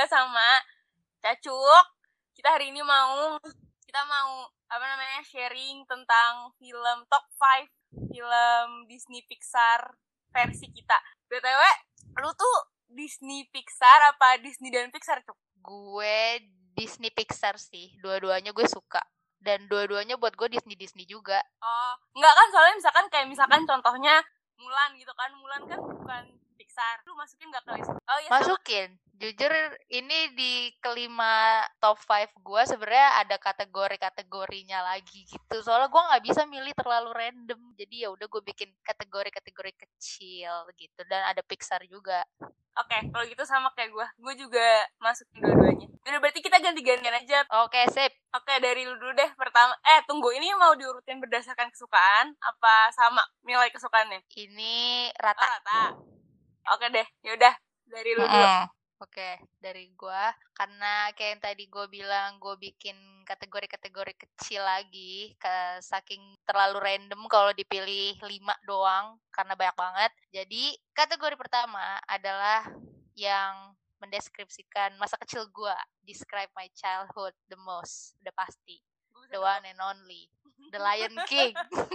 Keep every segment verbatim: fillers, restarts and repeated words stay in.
sama Cacuk. Kita hari ini mau kita mau apa namanya sharing tentang film top lima film Disney Pixar versi kita. B T W, lu tuh Disney Pixar apa Disney dan Pixar, Cuk? Gue Disney Pixar sih, dua-duanya gue suka. Dan dua-duanya buat gue Disney-Disney juga. Oh, enggak kan, soalnya misalkan kayak misalkan contohnya Mulan gitu kan. Mulan kan bukan Pixar. Lu masukin gak ke list? Oh iya, masukin. Sama. Jujur ini di kelima top lima gue sebenarnya ada kategori-kategorinya lagi gitu. Soalnya gue nggak bisa milih terlalu random. Jadi ya udah gue bikin kategori-kategori kecil gitu. Dan ada Pixar juga. Oke, okay, kalau gitu sama kayak gue. Gue juga masukin dua-duanya. Udah, berarti kita ganti-gantian aja. Oke, okay, sip. Oke, okay, dari lu dulu deh. Pertama, eh tunggu, ini mau diurutin berdasarkan kesukaan apa sama nilai kesukaannya? Ini rata. Oh, rata. Oke okay deh, yaudah dari lu dulu. Mm-hmm. Oke, okay, dari gue, karena kayak yang tadi gue bilang, gue bikin kategori-kategori kecil lagi, ke, saking terlalu random kalau dipilih lima doang, karena banyak banget. Jadi, kategori pertama adalah yang mendeskripsikan masa kecil gue, describe my childhood the most, udah pasti. The one and only, The Lion King.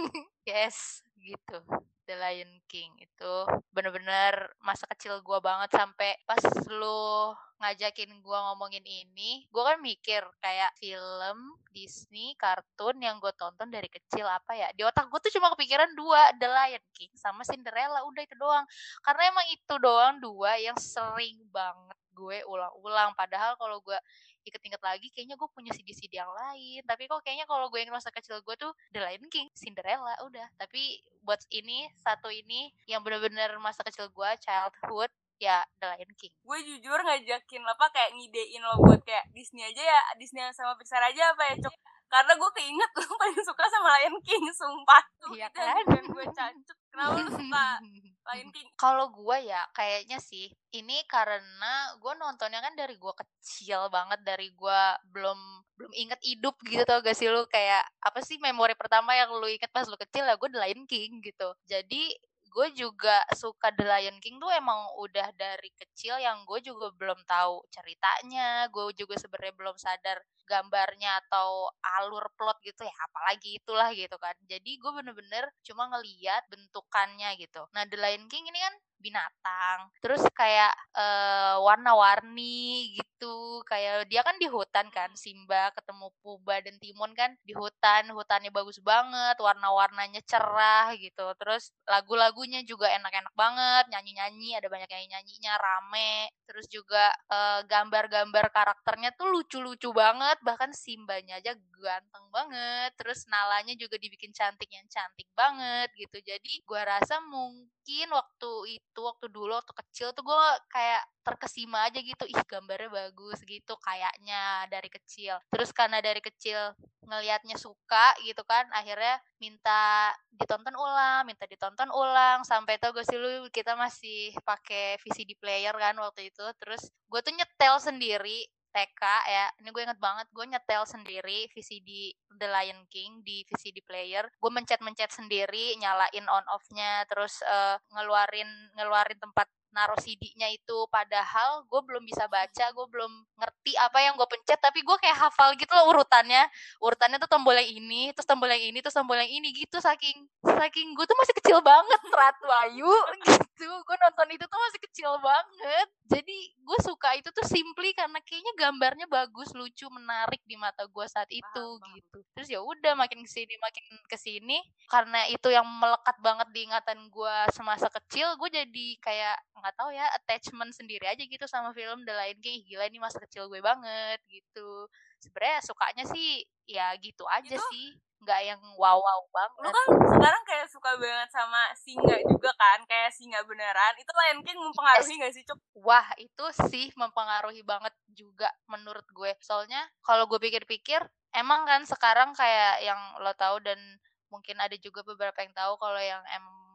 Yes, gitu. The Lion King itu bener-bener masa kecil gue banget. Sampai pas lu ngajakin gue ngomongin ini, gue kan mikir kayak film Disney kartun yang gue tonton dari kecil apa ya. Di otak gue tuh cuma kepikiran dua, The Lion King sama Cinderella, udah itu doang. Karena emang itu doang dua yang sering banget gue ulang-ulang. Padahal kalau gue inget-inget lagi kayaknya gue punya C D-C D yang lain, tapi kok kayaknya kalau gue yang masa kecil gue tuh The Lion King, Cinderella, udah. Tapi buat ini satu ini yang benar-benar masa kecil gue, childhood, ya The Lion King. Gue jujur ngajakin apa kayak ngidein lo buat kayak Disney aja ya, Disney sama Pixar aja apa ya, Cok? Karena gue keinget lo paling suka sama Lion King, sumpah tuh. Iya itu kan? yang gue Cacuk. Kenapa lo suka Lion King? Kalau gue ya kayaknya sih ini karena gue nontonnya kan dari gue kecil banget, dari gue belum belum inget hidup gitu, tau gak sih lu, kayak apa sih memori pertama yang lu inget pas lu kecil ya gue The Lion King gitu. Jadi gue juga suka The Lion King tuh emang udah dari kecil, yang gue juga belum tahu ceritanya, gue juga sebenarnya belum sadar gambarnya atau alur plot gitu ya, apalagi itulah gitu kan. Jadi gue bener-bener cuma ngeliat bentukannya gitu. Nah The Lion King ini kan binatang, terus kayak uh, warna-warni gitu, kayak dia kan di hutan kan, Simba ketemu Pumbaa dan Timon kan di hutan, hutannya bagus banget, warna-warnanya cerah gitu, terus lagu-lagunya juga enak-enak banget, nyanyi-nyanyi, ada banyak nyanyi-nyanyinya, rame, terus juga uh, gambar-gambar karakternya tuh lucu-lucu banget, bahkan Simbanya aja ganteng banget, terus Nalanya juga dibikin cantik yang cantik banget gitu. Jadi gue rasa mungkin waktu itu, waktu dulu waktu kecil tuh gue kayak terkesima aja gitu, ih gambarnya bagus gitu kayaknya dari kecil. Terus karena dari kecil ngelihatnya suka gitu kan, akhirnya minta ditonton ulang, minta ditonton ulang, sampai tau gak sih lu, kita masih pakai V C D player kan waktu itu. Terus gue tuh nyetel sendiri T K ya, ini gue inget banget, gue nyetel sendiri V C D The Lion King di V C D player, gue mencet-mencet sendiri, nyalain on off-nya, terus uh, ngeluarin ngeluarin tempat naruh C D-nya itu, padahal gue belum bisa baca, gue belum ngerti apa yang gue pencet, tapi gue kayak hafal gitu loh urutannya, urutannya tuh tombol yang ini, terus tombol yang ini, terus tombol yang ini gitu, saking saking gue tuh masih kecil banget, Ratu Ayu gitu, gue nonton itu tuh masih kecil banget. Jadi gue suka itu tuh simply karena kayaknya gambarnya bagus, lucu, menarik di mata gue saat itu. Paham, gitu. Paham. Terus ya udah makin kesini makin kesini, karena itu yang melekat banget di ingatan gue semasa kecil, gue jadi kayak nggak tahu ya, attachment sendiri aja gitu sama film The Lion King. Gila, ini masa kecil gue banget gitu. Sebenarnya sukanya sih ya gitu aja gitu? Sih, nggak yang wow wow banget. Lu kan sekarang kayak suka banget sama singa juga kan, kayak singa beneran. Itu Lion King mempengaruhi nggak yes. sih, Cuk? Wah, itu sih mempengaruhi banget juga menurut gue. Soalnya kalau gue pikir-pikir, emang kan sekarang kayak yang lo tahu dan mungkin ada juga beberapa yang tahu, kalau yang emang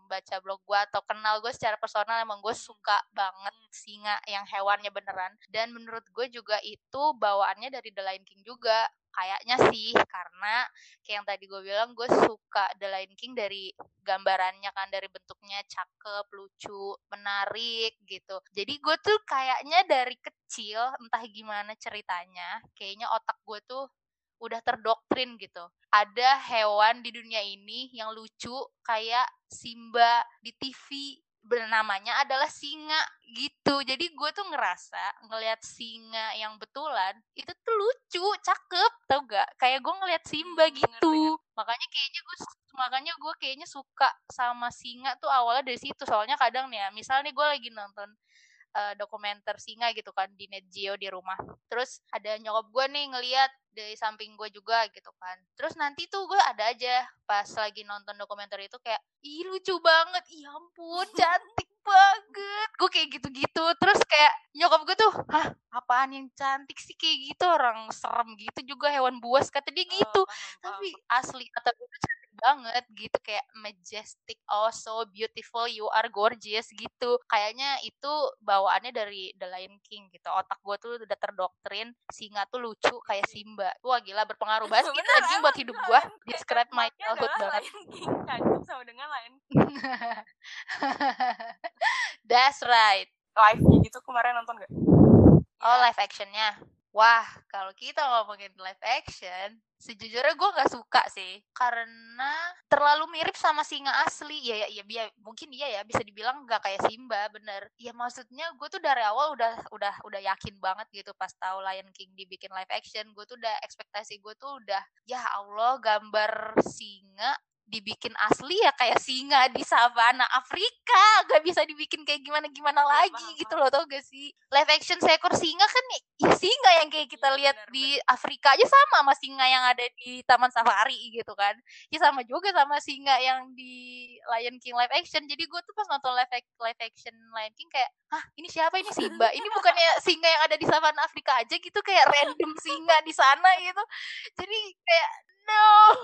baca blog gue atau kenal gue secara personal, emang gue suka banget singa yang hewannya beneran. Dan menurut gue juga itu bawaannya dari The Lion King juga kayaknya sih, karena kayak yang tadi gue bilang, gue suka The Lion King dari gambarannya kan, dari bentuknya cakep, lucu, menarik gitu. Jadi gue tuh kayaknya dari kecil entah gimana ceritanya, kayaknya otak gue tuh udah terdoktrin gitu. Ada hewan di dunia ini yang lucu kayak Simba di T V, bernamanya adalah singa gitu. Jadi gue tuh ngerasa ngelihat singa yang betulan itu tuh lucu, cakep, tau gak? Kayak gue ngelihat Simba gitu. Makanya kayaknya gue makanya gue kayaknya suka sama singa tuh awalnya dari situ. Soalnya kadang nih ya, misalnya nih gue lagi nonton uh, dokumenter singa gitu kan di Net Geo di rumah. Terus ada nyokap gue nih ngeliat dari samping gue juga gitu kan. Terus nanti tuh gue ada aja pas lagi nonton dokumenter itu kayak, ih lucu banget, ih ampun cantik banget. Gue kayak gitu-gitu. Terus kayak nyokap gue tuh, hah apaan yang cantik sih kayak gitu, orang serem gitu juga hewan buas kata dia gitu. Oh, paham, Tapi paham. asli kata gue tuh cantik banget gitu, kayak majestic, oh so beautiful, you are gorgeous gitu. Kayaknya itu bawaannya dari The Lion King gitu. Otak gue tuh udah terdoktrin singa tuh lucu kayak Simba. Wah gila, berpengaruh banget sih Bener, anjing emang buat hidup gue. Describe my trademarknya childhood adalah banget. Lion King, kacau sama dengan Lion King. That's right. Live-nya gitu kemarin nonton gak? Oh, live actionnya. Wah, kalau kita ngomongin live action, sejujurnya gue nggak suka sih, karena terlalu mirip sama singa asli. Ya, ya, ya, ya mungkin iya ya, bisa dibilang nggak kayak Simba, bener. Ya maksudnya gue tuh dari awal udah, udah, udah yakin banget gitu pas tahu Lion King dibikin live action. Gue tuh udah ekspektasi gue tuh udah, ya Allah, gambar singa dibikin asli ya kayak singa di savana Afrika, gak bisa dibikin kayak gimana-gimana Ya, lagi paham, gitu paham. loh, tau gak sih? Live action seekor singa kan ya singa yang kayak kita Iya, lihat bener, di Afrika aja sama sama singa yang ada di Taman Safari gitu kan. Ya sama juga sama singa yang di Lion King live action. Jadi gue tuh pas nonton live, live action Lion King kayak, hah ini siapa, ini Simba? Ini bukannya singa yang ada di savana Afrika aja gitu, kayak random singa di sana gitu. Jadi kayak no,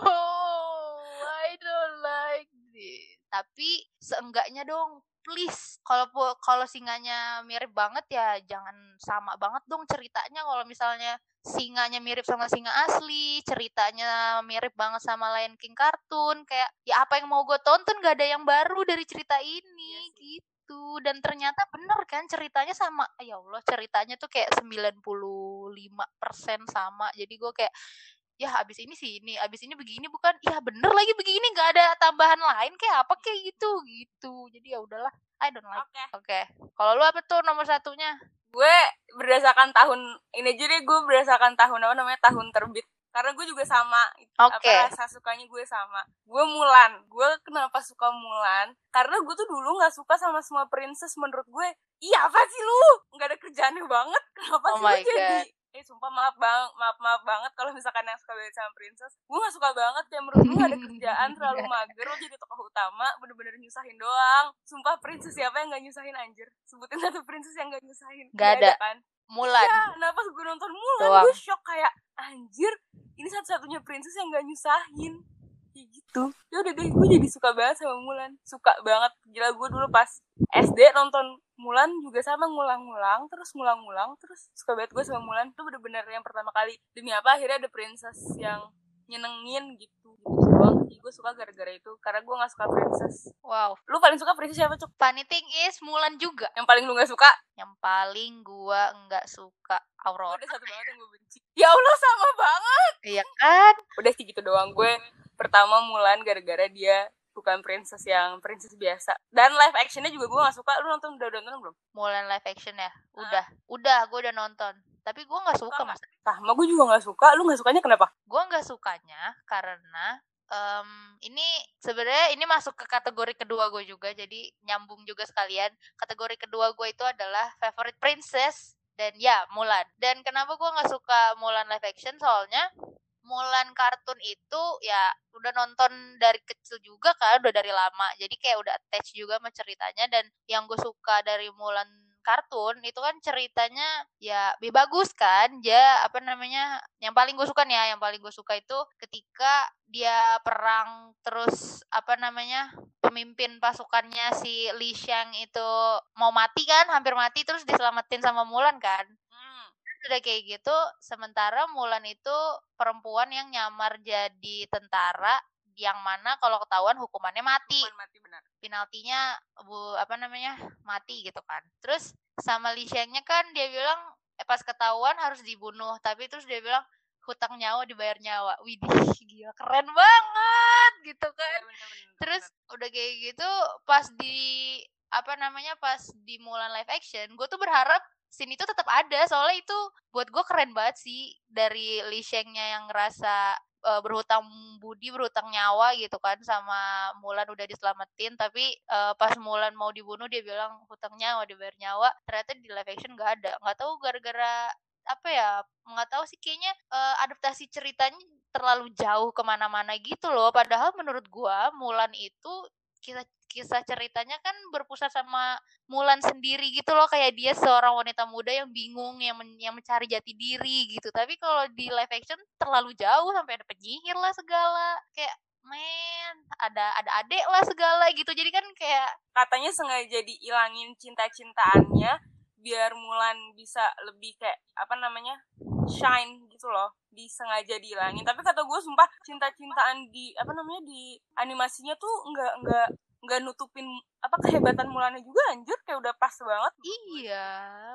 I don't like this. Tapi seenggaknya dong, please, kalau kalau singanya mirip banget ya jangan sama banget dong ceritanya. Kalau misalnya singanya mirip sama singa asli, ceritanya mirip banget sama Lion King kartun, kayak ya apa yang mau gue tonton, gak ada yang baru dari cerita ini. Yes. Gitu. Dan ternyata bener kan ceritanya sama. Ya Allah, ceritanya tuh kayak sembilan puluh lima persen sama. Jadi gue kayak, ya abis ini sih ini, abis ini begini, bukan, ya bener lagi begini, nggak ada tambahan lain kayak apa kayak gitu gitu. Jadi ya udahlah, I don't like. Oke. Okay. Okay. Kalau lu apa tuh nomor satunya? Gue berdasarkan tahun ini aja deh, gue berdasarkan tahun apa namanya tahun terbit. Karena gue juga sama, okay. Apa rasa sukanya gue sama. Gue Mulan. Gue kenapa suka Mulan? Karena gue tuh dulu nggak suka sama semua princess. Menurut gue, iya apa sih lu? Nggak ada kerjaannya banget. Kenapa oh sih lu jadi? Eh sumpah maaf bang, maaf maaf banget kalau misalkan yang suka banget sama princess. Gue nggak suka banget, kayak menurut gue gak ada kerjaan, terlalu mager. Lo jadi tokoh utama, bener-bener nyusahin doang. Sumpah princess siapa yang nggak nyusahin anjir? Sebutin satu princess yang nggak nyusahin. Gak ada. ada kan? Mulan. Iya, nah pas gue nonton Mulan, gue shock kayak anjir, ini satu-satunya princess yang gak nyusahin. Kayak gitu. Ya udah deh, gue jadi suka banget sama Mulan. Suka banget. Gila, gue dulu pas S D nonton Mulan juga sama, ngulang-ngulang, terus ngulang-ngulang, terus suka banget gue sama Mulan. Itu bener-bener yang pertama kali. Demi apa akhirnya ada princess yang nyenengin gitu. Gitu doang. Jadi gue suka gara-gara itu, karena gue gak suka princess. Wow. Lu paling suka princess siapa, Cuk? Funny thing is Mulan juga. Yang paling lu gak suka? Yang paling gue gak suka Aurora. Udah satu banget yang gue benci. Ya Allah, sama banget. Iya kan? Udah sih gitu doang. Gue pertama Mulan gara-gara dia bukan princess yang princess biasa. Dan live actionnya juga gue gak suka. Lu nonton, udah nonton belum? Mulan live action ya? Udah. Uh. Udah, gue udah nonton. Tapi gue gak suka, Mas. Sama gue juga gak suka. Lu gak sukanya kenapa? Gue gak sukanya karena Um, ini sebenarnya ini masuk ke kategori kedua gue juga, jadi nyambung juga sekalian. Kategori kedua gue itu adalah favorite princess, dan ya Mulan. Dan kenapa gue nggak suka Mulan live action? Soalnya Mulan kartun itu ya udah nonton dari kecil juga kan, udah dari lama, jadi kayak udah attach juga sama ceritanya. Dan yang gue suka dari Mulan kartun itu kan ceritanya ya lebih bagus kan. Ya apa namanya, yang paling gue suka nih ya, yang paling gue suka itu ketika dia perang terus apa namanya, pemimpin pasukannya si Li Shang itu mau mati kan, hampir mati, terus diselamatin sama Mulan kan. Hmm. Udah kayak gitu, sementara Mulan itu perempuan yang nyamar jadi tentara, yang mana kalau ketahuan hukumannya mati. Hukuman mati benar. Penaltinya bu apa namanya, mati gitu kan. Terus sama Li Shang-nya kan dia bilang eh, pas ketahuan harus dibunuh, tapi terus dia bilang hutang nyawa dibayar nyawa. Widih, gila keren banget gitu kan. Benar, benar, benar, Terus benar. udah kayak gitu pas di apa namanya, pas di Mulan live action, gue tuh berharap scene itu tetap ada, soalnya itu buat gue keren banget sih, dari Li Shang-nya yang ngerasa uh, berhutang budi, berhutang nyawa gitu kan sama Mulan, udah diselamatin, tapi uh, pas Mulan mau dibunuh dia bilang hutang nyawa dibayar nyawa. Ternyata di live action nggak ada, nggak tahu gara-gara apa ya, nggak tahu sih, kayaknya uh, adaptasi ceritanya terlalu jauh kemana-mana gitu loh. Padahal menurut gua Mulan itu kisah kisah ceritanya kan berpusat sama Mulan sendiri gitu loh, kayak dia seorang wanita muda yang bingung, yang men- yang mencari jati diri gitu. Tapi kalau di live action terlalu jauh, sampai ada penyihir lah segala, kayak men ada ada adek lah segala gitu. Jadi kan kayak Katanya sengaja diilangin cinta-cintaannya biar Mulan bisa lebih kayak apa namanya, shine gitu loh, disengaja dihilangin. Tapi kata gue sumpah cinta-cintaan di apa namanya di animasinya tuh nggak nggak nggak nutupin apa kehebatan Mulannya juga, anjir, kayak udah pas banget. iya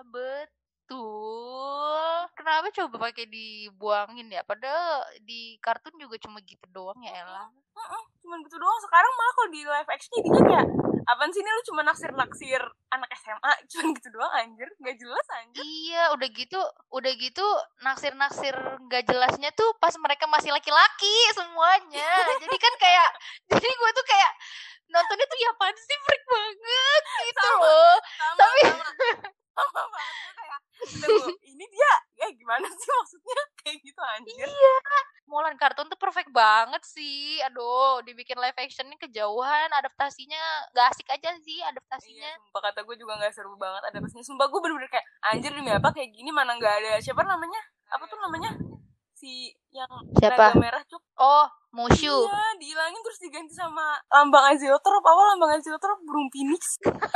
betul. Kenapa coba pakai dibuangin ya? Padahal di kartun juga cuma gitu doang ya Ella. Heeh, cuman gitu doang. Sekarang malah kalau di live action jadinya kayak apaan sih ini, lu cuma naksir-naksir anak S M A, cuman gitu doang, anjir, nggak jelas anjir. Iya, udah gitu, udah gitu naksir-naksir nggak jelasnya tuh pas mereka masih laki-laki semuanya. Jadi kan kayak, jadi gue tuh kayak nontonnya tuh ya apaan sih, freak banget gitu Sama, loh. sama, Tapi sama, sama banget gue kayak, tunggu, ini dia, ya gimana sih maksudnya kayak gitu anjir. iya, Mulan kartun tuh perfect banget sih. Aduh, dibikin live actionnya kejauhan, adaptasinya nggak asik aja sih adaptasinya. Iya, sumpah kata gue juga nggak seru banget adaptasinya. Sumpah gue bener-bener kayak anjir, demi apa kayak gini, mana nggak ada siapa namanya, apa tuh namanya, si yang Siapa? naga merah cuk. Oh, Mushu. Iya, dihilangin terus diganti sama lambang Azeotrop. Apa lambang Azeotrop? Burung phoenix.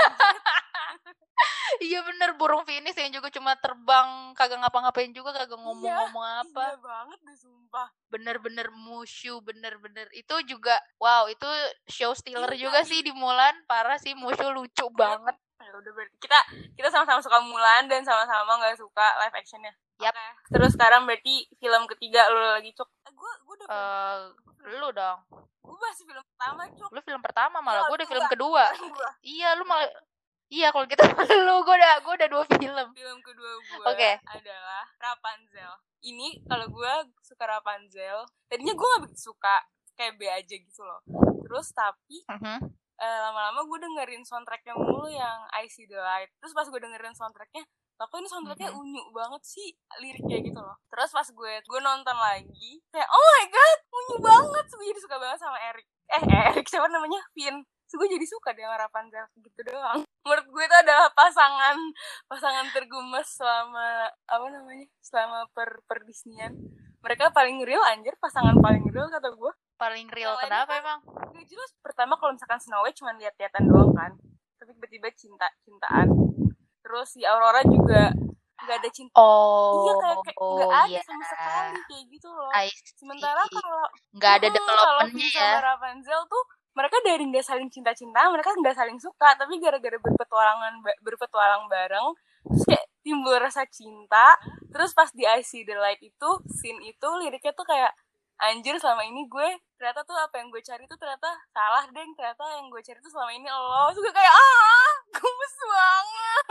Iya bener, burung Phoenix yang juga cuma terbang, kagak ngapa-ngapain juga, kagak ngomong-ngomong apa. Iya banget deh sumpah. Bener-bener Mushu, bener-bener itu juga wow, itu show stealer Iya, juga iya. sih di Mulan, parah sih, Mushu lucu banget. Ya udah berarti kita kita sama-sama suka Mulan dan sama-sama nggak suka live actionnya. Yap. Oke. Terus sekarang berarti film ketiga lu lagi cuk. Eh, gue gue udah film Eh, pertama. lu dong, Gue masih film pertama cuk. lu film pertama, malah Iya, gue udah lu film enggak. kedua. Gua. Iya, lu malah iya kalau kita lu gue udah gue udah dua film. Film kedua gue Oke. adalah Rapunzel. Ini kalau gue suka Rapunzel. Tadinya gue nggak begitu suka, kayak B aja gitu loh. Terus tapi Mhm. eh, lama-lama gue dengerin soundtracknya mulu yang I See the Light. Terus pas gue dengerin soundtracknya, lah kok ini soundtracknya Mhm. unyu banget sih liriknya gitu loh. Terus pas gue gue nonton lagi, kayak oh my god, unyu banget. Terus gue jadi suka banget sama Eric. Eh Eric siapa namanya? Finn. Terus gue jadi suka deh sama Rapunzel gitu doang. Menurut gue itu adalah pasangan pasangan tergemes selama apa namanya? Selama per per Disneyan. Mereka paling real anjir, pasangan paling real kata gue. Paling real Yang lainnya kenapa kan emang? Gak jelas. Pertama kalau misalkan Snow White cuma lihat-lihatan doang kan, tapi tiba-tiba cinta cintaan. Terus si Aurora juga nggak ada cinta. Oh, Iya kayak kayak nggak ada iya. sama sekali kayak gitu loh. I see. Sementara kalau nggak ada mm, kalau developmentnya Finn ya. sama Rapunzel tuh mereka dari nggak saling cinta-cinta, mereka nggak saling suka, tapi gara-gara berpetualangan ba- berpetualang bareng, terus kayak timbul rasa cinta. Terus pas di I See the Light itu, scene itu liriknya tuh kayak anjir, selama ini gue ternyata tuh apa yang gue cari tuh ternyata salah deh, ternyata yang gue cari tuh selama ini lo. Terus gue kayak ah gemes banget.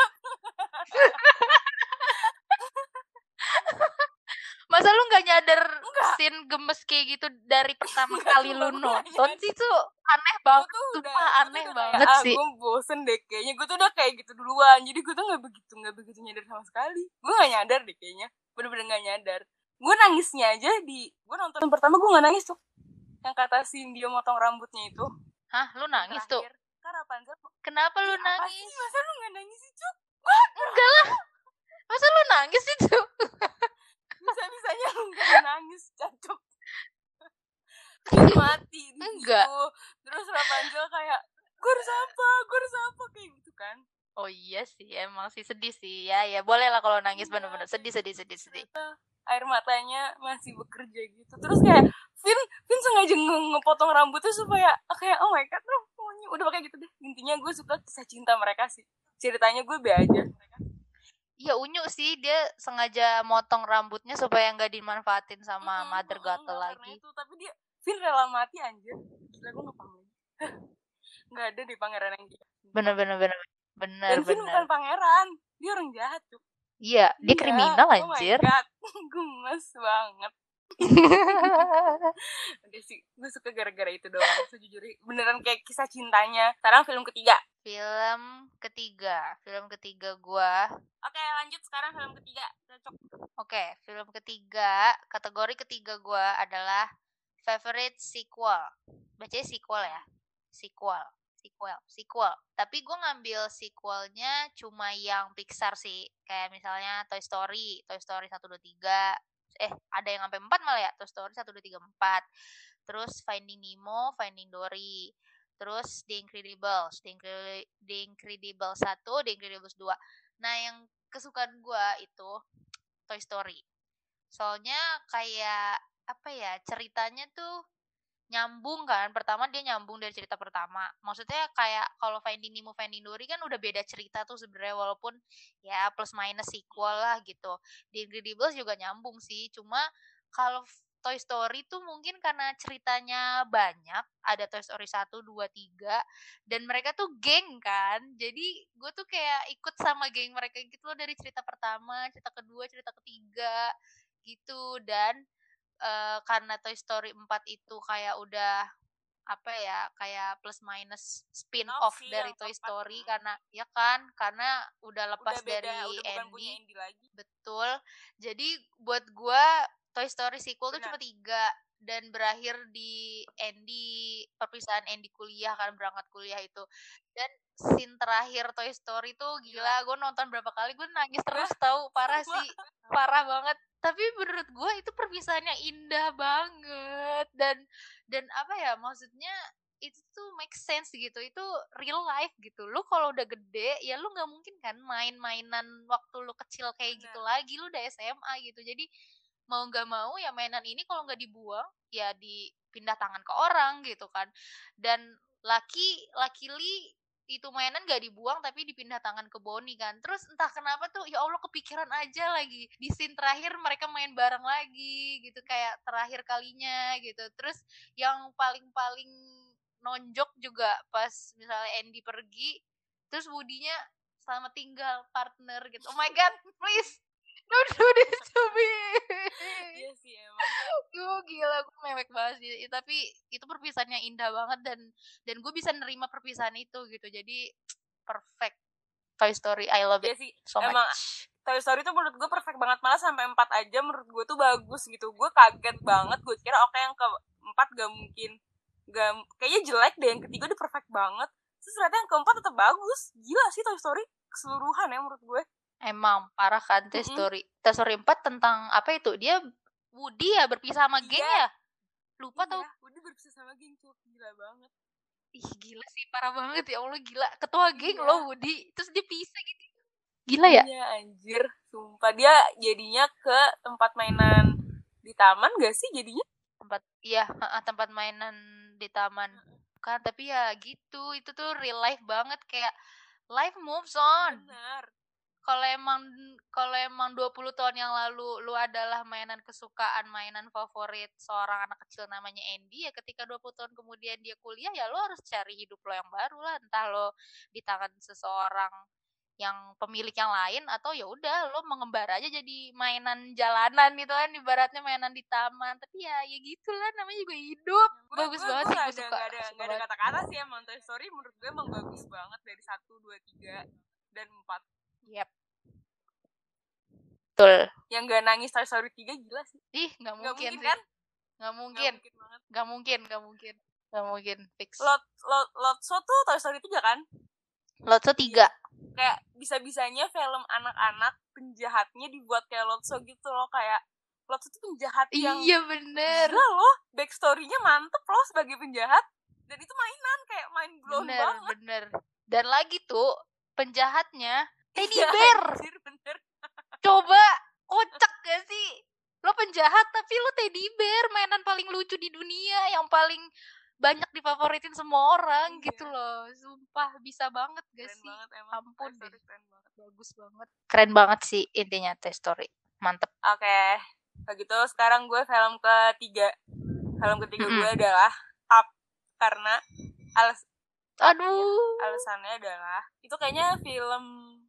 Masa lu nggak nyadar Enggak. scene gemes kayak gitu dari pertama Enggak, kali sumpah, lu gue nonton nggak sih, tuh aneh gue banget, tuh udah, sumpah gue tuh aneh udah banget kayak, ah, sih. gue bosen deh kayaknya. Gue tuh udah kayak gitu duluan, jadi gue tuh nggak begitu nggak begitu nyadar sama sekali. Gue nggak nyadar deh kayaknya, bener-bener nggak nyadar. Gue nangisnya aja di gue nonton yang pertama gue nggak nangis tuh, yang kata si dia motong rambutnya itu. Hah, lu nangis tuh? Terakhir, kan Rapunzel. Kenapa lu Ih, apa nangis? sih, masa lu nggak nangis sih cuk? Enggak lah. Masa lu nangis itu? Bisa-bisanya lu gak nangis, cacok. Finn mati di Enggak. situ. Terus Rapunzel kayak, gue harus apa, gue harus apa, kayak gitu kan. Oh iya sih, emang sih sedih sih. Ya ya boleh lah kalau nangis, Iya, bener-bener sedih sedih sedih sedih. Air matanya masih bekerja gitu. Terus kayak Finn Finn sengaja nge- ngepotong rambutnya supaya kayak oh my god, oh, udah pakai gitu deh. Intinya gue suka kisah cinta mereka sih. Ceritanya gue be aja. Iya unyu sih, dia sengaja motong rambutnya supaya nggak dimanfaatin sama Mm-mm, Mother mm-mm, Gatel nggak lagi. karena itu, tapi dia Finn rela mati anjir. Gila, gue nggak paham. Nggak ada di pangeran yang gitu. Bener bener bener bener. Dan Finn bener. bukan pangeran, dia orang jahat tuh. Iya, dia Iya, kriminal oh anjir. my god, gemes banget. Udah sih, gue suka gara-gara itu doang. Sejujurnya beneran kayak kisah cintanya. Sekarang film ketiga. Film ketiga, film ketiga gua. Oke, lanjut sekarang film ketiga. Cocok. Oke, film ketiga, kategori ketiga gua adalah favorite sequel. Bacanya sequel ya? Sequel, sequel, sequel. Tapi gua ngambil sequelnya cuma yang Pixar sih. Kayak misalnya Toy Story, Toy Story satu, dua, tiga. Eh, ada yang sampai empat malah ya. Toy Story satu, dua, tiga, empat. Terus Finding Nemo, Finding Dory. Terus The Incredibles, The, Incredibles, The Incredibles satu, The Incredibles dua. Nah, yang kesukaan gue itu Toy Story. Soalnya kayak apa ya, ceritanya tuh nyambung kan. Pertama dia nyambung dari cerita pertama. Maksudnya kayak kalau Finding Nemo, Finding Dory kan udah beda cerita tuh sebenarnya, walaupun ya plus minus sequel lah gitu. The Incredibles juga nyambung sih. Cuma kalau Toy Story tuh mungkin karena ceritanya banyak, ada Toy Story satu, dua, tiga, dan mereka tuh geng kan, jadi gue tuh kayak ikut sama geng mereka gitu loh, dari cerita pertama, cerita kedua, cerita ketiga, gitu. Dan uh, karena Toy Story empat itu kayak udah apa ya, kayak plus minus spin off dari Toy Story, karena ya kan, karena udah lepas udah beda, dari udah bukan punya Andy lagi. Betul. Jadi buat gue Toy Story sequel Benar. Tuh cuma tiga, dan berakhir di Andy, perpisahan Andy kuliah kan, berangkat kuliah itu. Dan scene terakhir Toy Story tuh gila, gue nonton berapa kali gue nangis terus tahu, parah sih, parah banget. Tapi menurut gue itu perpisahannya indah banget, dan dan apa ya, maksudnya itu tuh make sense gitu, itu real life gitu. Lu kalau udah gede ya lu nggak mungkin kan main-mainan waktu lu kecil kayak Bener. Gitu lagi, lu udah S M A gitu. Jadi mau nggak mau ya mainan ini kalau nggak dibuang ya dipindah tangan ke orang gitu kan. Dan laki laki li itu mainan gak dibuang tapi dipindah tangan ke Bonnie kan. Terus entah kenapa tuh ya Allah kepikiran aja lagi di scene terakhir mereka main bareng lagi gitu, kayak terakhir kalinya gitu. Terus yang paling-paling nonjok juga pas misalnya Andy pergi terus Woody-nya selamat tinggal partner gitu. Oh my god, please don't do this to me. Iya sih emang. Gue gila, gue mewek banget sih. Tapi itu perpisahannya indah banget, dan dan gue bisa nerima perpisahan itu gitu. Jadi perfect. Toy Story, I love it. Iya sih, so emang much. Toy Story tuh menurut gue perfect banget, malah sampai empat aja menurut gue tuh bagus gitu. Gue kaget banget, gue kira oke okay, yang keempat gak mungkin, gak, kayaknya jelek deh. Yang ketiga udah perfect banget. Terus ternyata yang keempat tetap bagus. Gila sih Toy Story keseluruhan ya menurut gue. Emang parah kan Toy Story. Mm-hmm. Toy Story empat tentang apa itu? Dia Woody ya berpisah sama geng ya? Lupa iya, tau. Woody berpisah sama geng, cuy. Gila banget. Ih gila sih, parah banget ya Allah, gila. Ketua geng iya. Loh Woody. Terus dia pisah gitu. Gila ya? Iya anjir. Sumpah dia jadinya ke tempat mainan di taman gak sih jadinya? Tempat, iya tempat mainan di taman. Kan tapi ya gitu. Itu tuh real life banget. Kayak life moves on. Benar. Kalau emang kalau emang dua puluh tahun yang lalu lu adalah mainan kesukaan, mainan favorit seorang anak kecil namanya Andy, ya ketika dua puluh tahun kemudian dia kuliah ya lu harus cari hidup lo yang baru lah, entah lo di tangan seseorang yang pemilik yang lain atau ya udah lo mengembara aja jadi mainan jalanan gitu kan, ibaratnya mainan di taman. Tapi ya ya gitulah, namanya juga hidup. Ya, bagus gue, banget gue sih, gue suka. Gak ada, gak ada kata-kata sih emang Toy Story menurut gue emang bagus banget dari satu, dua, tiga, dan empat. Yep. Betul. Yang gak nangis Toy Story tiga gila sih. Ih, gak mungkin, gak mungkin sih. Kan? Gak mungkin. Gak mungkin banget. Gak mungkin, gak mungkin. Gak mungkin, fix. Lot, lot, Lotso tuh Toy Story tiga kan? Lotso tiga. kayak bisa-bisanya film anak-anak penjahatnya dibuat kayak Lotso gitu loh, kayak Lotso tuh penjahat yang iya bener gila loh, backstory-nya mantep loh sebagai penjahat, dan itu mainan kayak main blown bener banget. bener dan lagi tuh penjahatnya teddy Iya, bear anjir, bener. coba kocak gak sih lo penjahat tapi lo teddy bear, mainan paling lucu di dunia yang paling banyak difavoritin semua orang. Iya. Gitu loh, sumpah bisa banget gak Keren sih banget emang. ampun Toy deh, Story keren banget. bagus banget, keren banget sih intinya Toy Story, mantep. Oke, begitu sekarang gue film ketiga. Film ketiga Mm-mm. gue adalah Up, karena alas Up, aduh ya. Alasannya adalah itu kayaknya film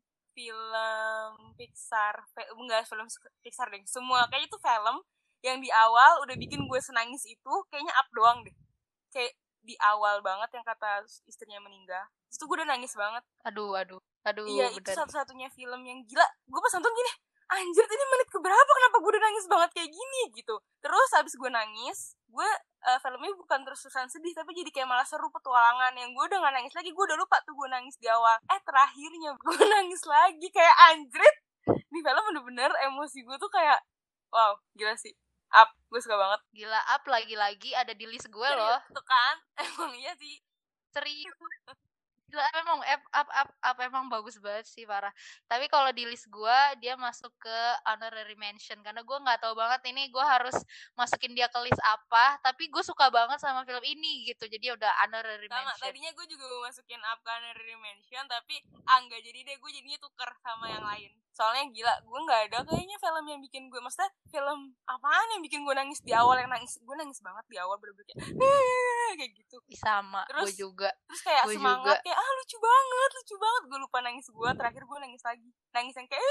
film Pixar, fe- enggak film Pixar deh, semua kayaknya itu film yang di awal udah bikin gue senangis itu kayaknya Up doang deh. Kayak di awal banget yang kata istrinya meninggal, itu gue udah nangis banget. aduh aduh aduh Iya, bener. itu satu-satunya film yang gila. Gue pas nonton gini, anjir ini menit keberapa kenapa gue udah nangis banget kayak gini gitu. Terus habis gue nangis, gue uh, filmnya bukan terus-terusan sedih, tapi jadi kayak malah seru petualangan. Yang gue udah gak nangis lagi, gue udah lupa tuh gue nangis di awal. Eh terakhirnya gue nangis lagi, kayak anjrit. Di film bener-bener emosi gue tuh kayak, wow gila sih. Up, gue suka banget. Gila, Up lagi-lagi ada di list gue loh. Tuh kan, emang iya sih. Serius. Gila, emang up, up, up, up emang bagus banget sih, parah. Tapi kalau di list gue, dia masuk ke honorary mention. Karena gue gak tahu banget ini gue harus masukin dia ke list apa. Tapi gue suka banget sama film ini gitu. Jadi udah honorary sama, mention. tadinya gue juga mau masukin Up ke honorary mention, tapi ah nggak jadi deh, gue jadinya tuker sama yang lain. Soalnya gila, gue nggak ada kayaknya film yang bikin gue, maksudnya film apaan yang bikin gue nangis di awal, yang nangis gue nangis banget di awal bener-bener kayak kayak gitu. Sama, terus gue juga. Terus kayak Gua semangat juga. kayak ah lucu banget, lucu banget. Gue lupa nangis gue, terakhir gue nangis lagi, nangis yang kayak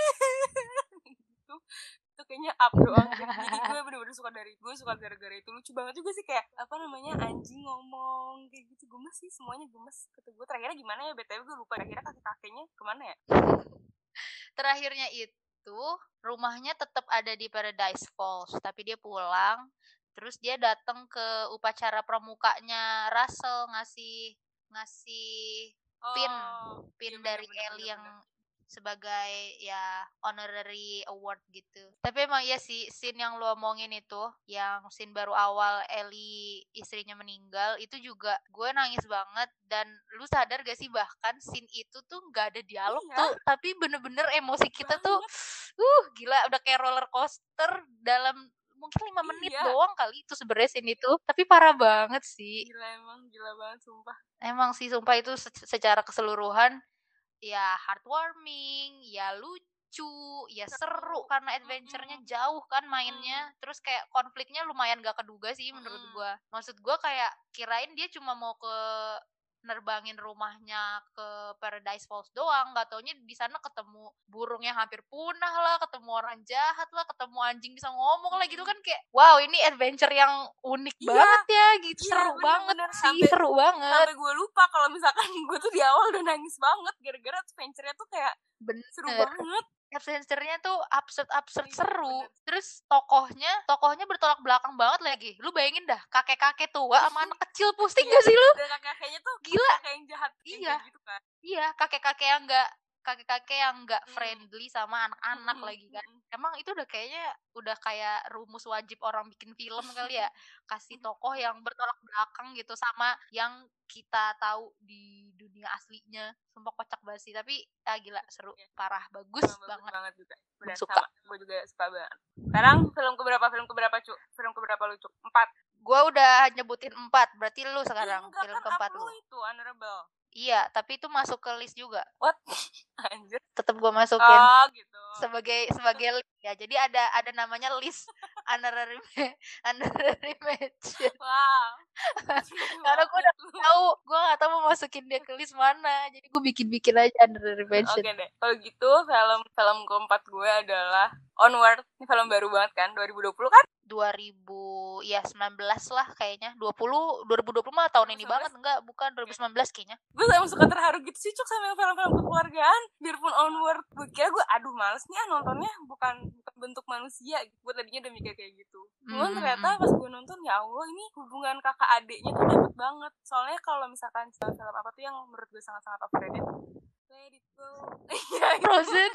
gitu. Itu kayaknya Up doang. Jadi gue bener-bener suka dari gue suka gara-gara itu. Lucu banget juga sih, kayak apa namanya, anjing ngomong kayak gitu. Gemes sih, semuanya gemes. Kata gue terakhirnya gimana ya, btw gue lupa terakhirnya kakek-kakeknya kemana ya. Terakhirnya itu rumahnya tetap ada di Paradise Falls, tapi dia pulang. Terus dia datang ke upacara pramukanya Russell, ngasih ngasih pin Oh, pin iya, bener, dari bener, Ellie bener, yang bener. sebagai ya honorary award gitu. Tapi emang iya sih, scene yang lu omongin itu, yang scene baru awal Ellie istrinya meninggal, itu juga gue nangis banget. Dan lu sadar gak sih, bahkan scene itu tuh gak ada dialog Iya. tuh, tapi bener-bener emosi kita Banget. tuh uh gila, udah kayak roller coaster dalam mungkin lima menit Iya. doang kali itu sebenarnya scene itu, tapi parah banget sih. Gila, emang gila banget sumpah. Emang sih sumpah itu se- secara keseluruhan ya heartwarming, ya lucu, ya seru karena adventure-nya jauh kan mainnya. Terus kayak konfliknya lumayan gak keduga sih menurut gue. Maksud gue kayak kirain dia cuma mau ke nerbangin rumahnya ke Paradise Falls doang, nggak taunya di sana ketemu burung yang hampir punah lah, ketemu orang jahat lah, ketemu anjing bisa ngomong lah gitu kan, kayak wow ini adventure yang unik Iya, banget ya gitu, iya, seru bener, banget bener. sih, Sampai- seru banget. Sampai gue lupa kalau misalkan gue tuh di awal udah nangis banget gara-gara adventure-nya tuh kayak Bener. seru banget. Adventure-nya tuh absurd-absurd Iya, seru. bener. Terus tokohnya, tokohnya bertolak belakang banget lagi. Lu bayangin dah, kakek-kakek tua sama anak kecil, pusing Iya, gak sih lu? Dan kakek-kakeknya tuh Gila. kakek yang jahat, yang Iya. kayak gitu kan. Iya, kakek-kakek yang nggak kakek-kakek yang nggak Hmm. friendly sama anak-anak Mm-mm, lagi kan. mm-mm. Emang itu udah kayaknya udah kayak rumus wajib orang bikin film kali ya. Kasih tokoh yang bertolak belakang gitu sama yang kita tahu di dunia aslinya. Sumpah kocak banget sih, tapi ah gila seru, Iya. parah, bagus Sama, bagus banget. banget juga. Benar, Suka. sama. Gue juga suka banget. Sekarang film keberapa? Film keberapa, Cuk? Film keberapa lu, Cuk? Empat. Gue udah nyebutin empat, berarti lu sekarang Ih, enggak, film kan keempat up lu. lu itu honorable. Iya, tapi itu masuk ke list juga. What? Anjir. Tetap gue masukin. Oh, gitu. sebagai sebagai list ya, jadi ada ada namanya list honorary honorary mention. Wow. Karena gue udah tahu, gue nggak tahu mau masukin dia ke list mana, jadi gue bikin bikin aja honorary mention. Oke deh, kalau gitu film film keempat gue adalah Onward. Ini film baru banget kan, dua ribu dua puluh kan? dua ribu ya sembilan belas lah kayaknya. dua puluh dua ribu dua puluh mah tahun ini banget, enggak, bukan dua ribu sembilan belas kayaknya. Gue emang suka terharu gitu sih, Cuk, sama film-film kekeluargaan. Biarpun Onward, gue kira gue aduh males nih ah nontonnya, bukan bukan bentuk manusia. Gue tadinya udah mikir kayak gitu. Cuman Hmm. ternyata pas gue nonton, ya Allah, ini hubungan kakak adiknya tuh dapet banget. Soalnya kalau misalkan film-film apa tuh yang menurut gue sangat-sangat overrated, let it go. Iya, Frozen.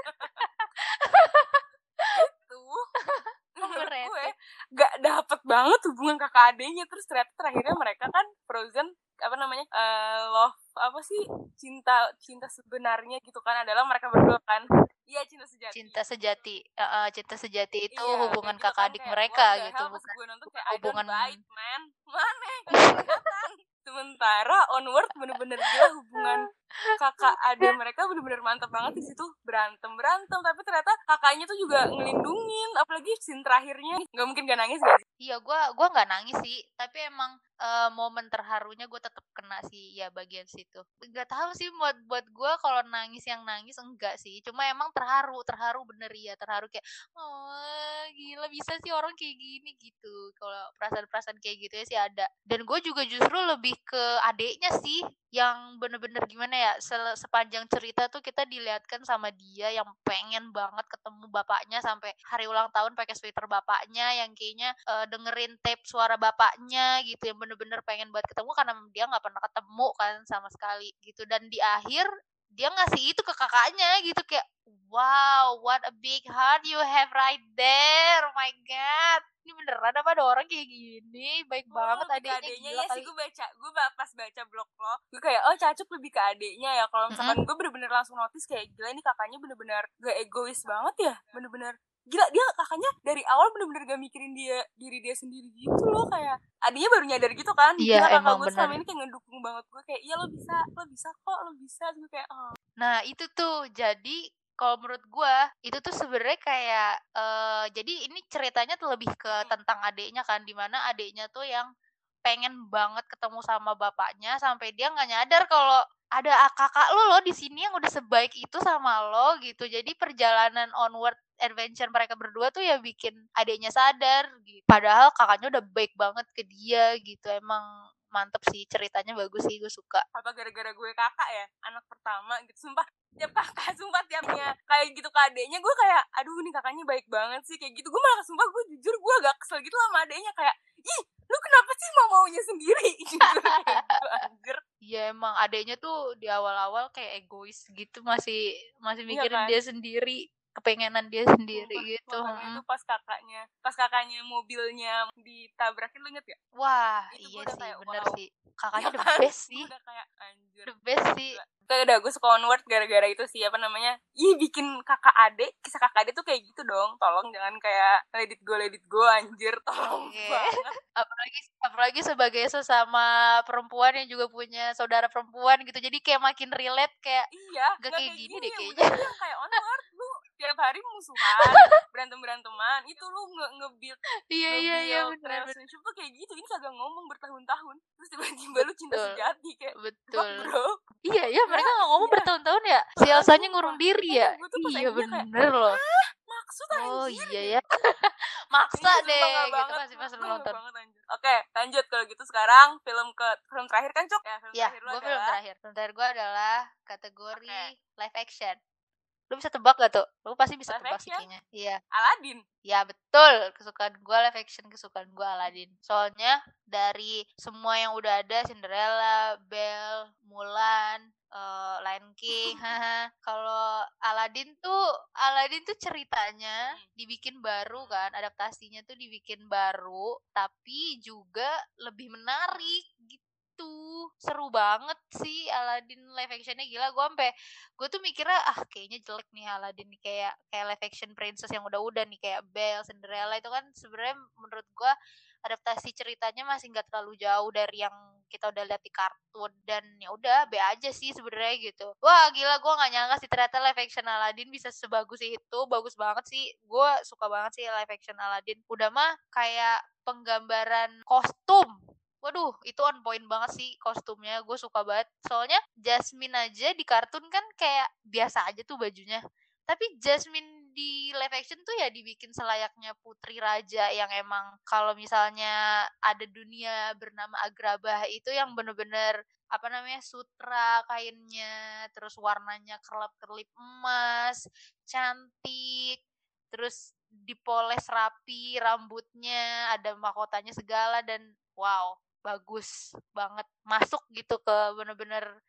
Itu menurut gue gak dapet banget hubungan kakak adeknya. Terus ternyata terakhirnya mereka kan Frozen apa namanya uh, love apa sih cinta cinta sebenarnya gitu kan adalah mereka berdua kan. Iya, cinta sejati. Cinta sejati, uh, cinta sejati itu iya, hubungan gitu kakak kan, adik kayak, mereka gitu, bukan gue nonton kayak hubungan I don't bite, man. Mana kelihatan. Sementara Onward bener-bener gila hubungan kakak adik mereka bener-bener mantap banget di situ, berantem berantem tapi ternyata kakaknya tuh juga ngelindungin, apalagi scene terakhirnya nggak mungkin gak nangis gak sih? Iya, gue gue nggak nangis sih, tapi emang uh, momen terharunya gue tetap kena sih ya bagian situ. Nggak tahu sih buat buat gue kalau nangis yang nangis enggak sih, cuma emang terharu terharu bener ya, terharu kayak oh gila bisa sih orang kayak gini gitu. Kalau perasaan-perasaan kayak gitu ya sih ada. Dan gue juga justru lebih ke adeknya sih yang bener-bener gimana ya, se- sepanjang cerita tuh kita dilihatkan sama dia yang pengen banget ketemu bapaknya sampai hari ulang tahun pakai sweater bapaknya yang kayaknya uh, dengerin tape suara bapaknya gitu, yang bener-bener pengen banget ketemu karena dia nggak pernah ketemu kan sama sekali gitu. Dan di akhir dia ngasih itu ke kakaknya gitu, kayak wow, what a big heart you have right there, oh my god, ini beneran apa ada orang kayak gini, baik oh, banget adeknya, adeknya, gila ya kali. sih. Gue baca, gue pas baca blog lo, gue kayak oh Cacuk lebih ke adeknya ya. Kalau misalkan mm-hmm. gue bener-bener langsung notice kayak gila ini kakaknya bener-bener gak egois banget ya, bener-bener gila dia kakaknya dari awal bener-bener gak mikirin dia diri dia sendiri gitu loh, kayak adiknya baru nyadar gitu kan. Iya, gila, emang kakak gue bener. selama ini kayak ngedukung banget gue, kayak iya lo bisa, lo bisa kok, lo bisa. Gue kayak oh. Nah itu tuh jadi kalau menurut gue itu tuh sebenarnya kayak uh, jadi ini ceritanya tuh lebih ke hmm. tentang adiknya kan, dimana adiknya tuh yang pengen banget ketemu sama bapaknya sampai dia nggak nyadar kalau ada kakak lo lo di sini yang udah sebaik itu sama lo gitu. Jadi perjalanan onward adventure mereka berdua tuh ya bikin adiknya sadar gitu. Padahal kakaknya udah baik banget ke dia gitu. Emang mantep sih, ceritanya bagus sih, gue suka. Apa gara-gara gue kakak ya, anak pertama gitu, sumpah tiap kakak, sumpah tiapnya kayak gitu ke adeknya gue kayak aduh nih kakaknya baik banget sih kayak gitu. Gue malah sumpah gue jujur gue agak kesel gitu sama adeknya, kayak ih lu kenapa sih mau maunya sendiri jujur kayak gitu anjir. Iya emang adeknya tuh di awal-awal kayak egois gitu, masih masih mikirin iya kan? dia sendiri, kepengenan dia sendiri. Sumpah, gitu. Makanya hmm. itu pas kakaknya, pas kakaknya mobilnya ditabrakin, lu inget gak? Wah, itu iya sih, kayak, bener wow. sih. Kakaknya ya the kan? best sih. Udah kayak anjir. The best sih. Kayak udah gue suka Onward gara-gara itu sih, apa namanya? Ih, bikin kakak adek, kisah kakak adek tuh kayak gitu dong. Tolong jangan kayak let it go, let it go anjir, tolong okay. banget. apalagi apalagi sebagai sesama perempuan yang juga punya saudara perempuan gitu. Jadi kayak makin relate, kayak iya, gak, gak kayak gini, gini deh kayaknya. Yang kayak Onward lu tiap hari musuhan, berantem-beranteman, itu lu nge nge-build iya, iya, iya, relationship tuh kayak gitu. Ini kagak ngomong bertahun-tahun, terus tiba-tiba lu cinta sejati kayak betul. Bro. Iya, iya, mereka nggak ngomong iya. bertahun-tahun ya. Si Elsanya ngurung diri ya. Iya bener kayak, loh. Maksud oh anjir. iya ya. Maksa deh gitu pasti pas lu nonton. Oke, lanjut kalau gitu sekarang film ke film terakhir kan, Cuk? Ya, film ya, terakhir lu gue adalah film terakhir. Film terakhir gue adalah kategori okay. live action. Lu bisa tebak gak tuh? Lu pasti bisa live tebak action? Sih kayaknya. Iya. Aladdin. Ya betul, kesukaan gue live action, kesukaan gue Aladdin. Soalnya dari semua yang udah ada, Cinderella, Belle, Mulan, uh, Lion King, haha. Kalau Aladdin tuh, Aladdin tuh ceritanya dibikin baru kan, adaptasinya tuh dibikin baru, tapi juga lebih menarik gitu. Tuh seru banget sih Aladdin live actionnya, gila. Gue sampai gue tuh mikirnya ah kayaknya jelek nih Aladdin nih, kayak kayak live action princess yang udah-udah nih kayak Belle, Cinderella itu kan sebenarnya menurut gue adaptasi ceritanya masih nggak terlalu jauh dari yang kita udah lihat di kartun, dan ya udah be aja sih sebenarnya gitu. Wah gila, gue nggak nyangka sih ternyata live action Aladdin bisa sebagus itu, bagus banget sih. Gue suka banget sih live action Aladdin. Udah mah kayak penggambaran kostum, waduh, itu on point banget sih kostumnya, gue suka banget. Soalnya Jasmine aja di kartun kan kayak biasa aja tuh bajunya, tapi Jasmine di live action tuh ya dibikin selayaknya putri raja yang emang kalau misalnya ada dunia bernama Agrabah itu yang bener-bener apa namanya sutra kainnya, terus warnanya kerlap-kerlip emas, cantik, terus dipoles rapi rambutnya, ada mahkotanya segala, dan wow, bagus banget, masuk gitu ke bener-bener